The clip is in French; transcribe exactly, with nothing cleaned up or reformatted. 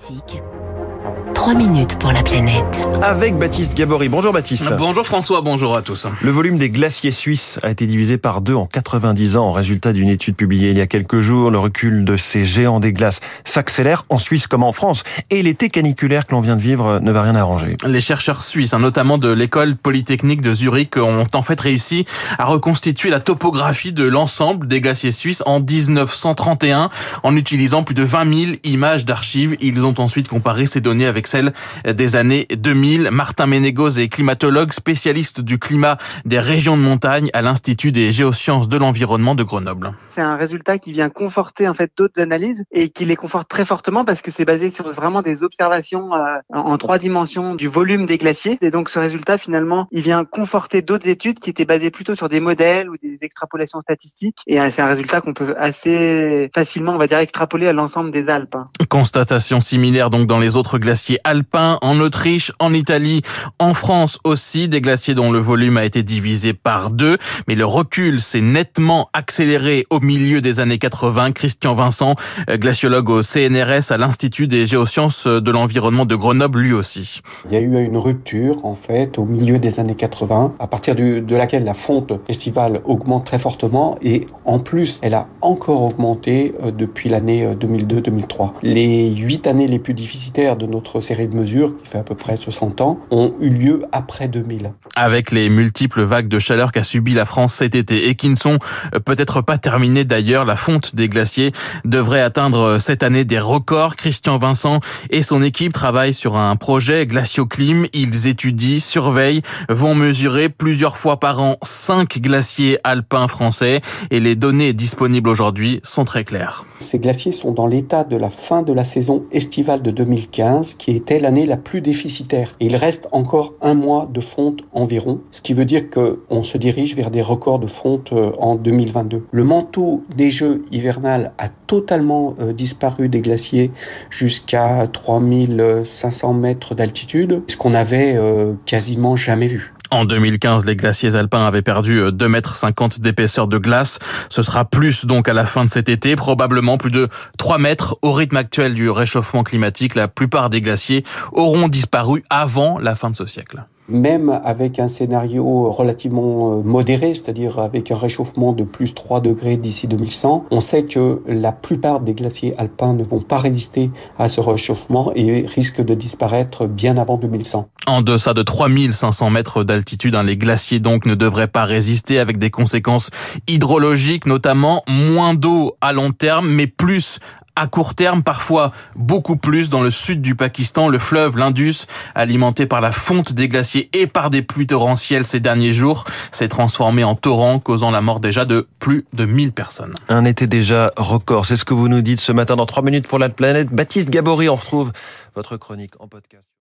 Classique. Trois minutes pour la planète. Avec Baptiste Gabory. Bonjour Baptiste. Bonjour François, bonjour à tous. Le volume des glaciers suisses a été divisé par deux en quatre-vingt-dix ans, en résultat d'une étude publiée il y a quelques jours. Le recul de ces géants des glaces s'accélère en Suisse comme en France. Et l'été caniculaire que l'on vient de vivre ne va rien arranger. Les chercheurs suisses, notamment de l'école polytechnique de Zurich, ont en fait réussi à reconstituer la topographie de l'ensemble des glaciers suisses en dix-neuf cent trente et un en utilisant plus de vingt mille images d'archives. Ils ont ensuite comparé ces données avec celles des années deux mille. Martin Ménégoz est climatologue, spécialiste du climat des régions de montagne à l'Institut des géosciences de l'environnement de Grenoble. C'est un résultat qui vient conforter en fait d'autres analyses et qui les conforte très fortement parce que c'est basé sur vraiment des observations euh, en trois dimensions du volume des glaciers. Et donc ce résultat finalement, il vient conforter d'autres études qui étaient basées plutôt sur des modèles ou des extrapolations statistiques. Et euh, c'est un résultat qu'on peut assez facilement, on va dire, extrapoler à l'ensemble des Alpes. Constatation similaire donc dans les autres glaciers alpins, en Autriche, en Italie, en France aussi, des glaciers dont le volume a été divisé par deux. Mais le recul s'est nettement accéléré au milieu des années quatre-vingts. Christian Vincent, glaciologue au C N R S à l'Institut des géosciences de l'environnement de Grenoble, lui aussi. Il y a eu une rupture en fait au milieu des années quatre-vingts, à partir du, de laquelle la fonte estivale augmente très fortement et en plus elle a encore augmenté depuis l'année deux mille deux deux mille trois. Les huit années les plus déficitaires de notre série de mesures, qui fait à peu près soixante ans, ont eu lieu après deux mille. Avec les multiples vagues de chaleur qu'a subi la France cet été et qui ne sont peut-être pas terminées d'ailleurs, la fonte des glaciers devrait atteindre cette année des records. Christian Vincent et son équipe travaillent sur un projet Glacioclim. Ils étudient, surveillent, vont mesurer plusieurs fois par an cinq glaciers alpins français et les données disponibles aujourd'hui sont très claires. Ces glaciers sont dans l'état de la fin de la saison estivale de deux mille quinze, qui était l'année la plus déficitaire. Et il reste encore un mois de fonte environ, ce qui veut dire qu'on se dirige vers des records de fonte en deux mille vingt-deux. Le manteau neigeux hivernal a totalement euh, disparu des glaciers jusqu'à trois mille cinq cents mètres d'altitude, ce qu'on n'avait euh, quasiment jamais vu. En deux mille quinze, les glaciers alpins avaient perdu deux mètres cinquante d'épaisseur de glace. Ce sera plus donc à la fin de cet été, probablement plus de trois mètres au rythme actuel du réchauffement climatique. La plupart des glaciers auront disparu avant la fin de ce siècle. Même avec un scénario relativement modéré, c'est-à-dire avec un réchauffement de plus trois degrés d'ici deux mille cent, on sait que la plupart des glaciers alpins ne vont pas résister à ce réchauffement et risquent de disparaître bien avant deux mille cent. En deçà de trois mille cinq cents mètres d'altitude, les glaciers donc ne devraient pas résister, avec des conséquences hydrologiques, notamment moins d'eau à long terme, mais plus à court terme, parfois beaucoup plus. Dans le sud du Pakistan, le fleuve l'Indus, alimenté par la fonte des glaciers et par des pluies torrentielles ces derniers jours, s'est transformé en torrent, causant la mort déjà de plus de mille personnes. Un été déjà record, c'est ce que vous nous dites ce matin dans trois minutes pour la planète. Baptiste Gabory, on retrouve votre chronique en podcast.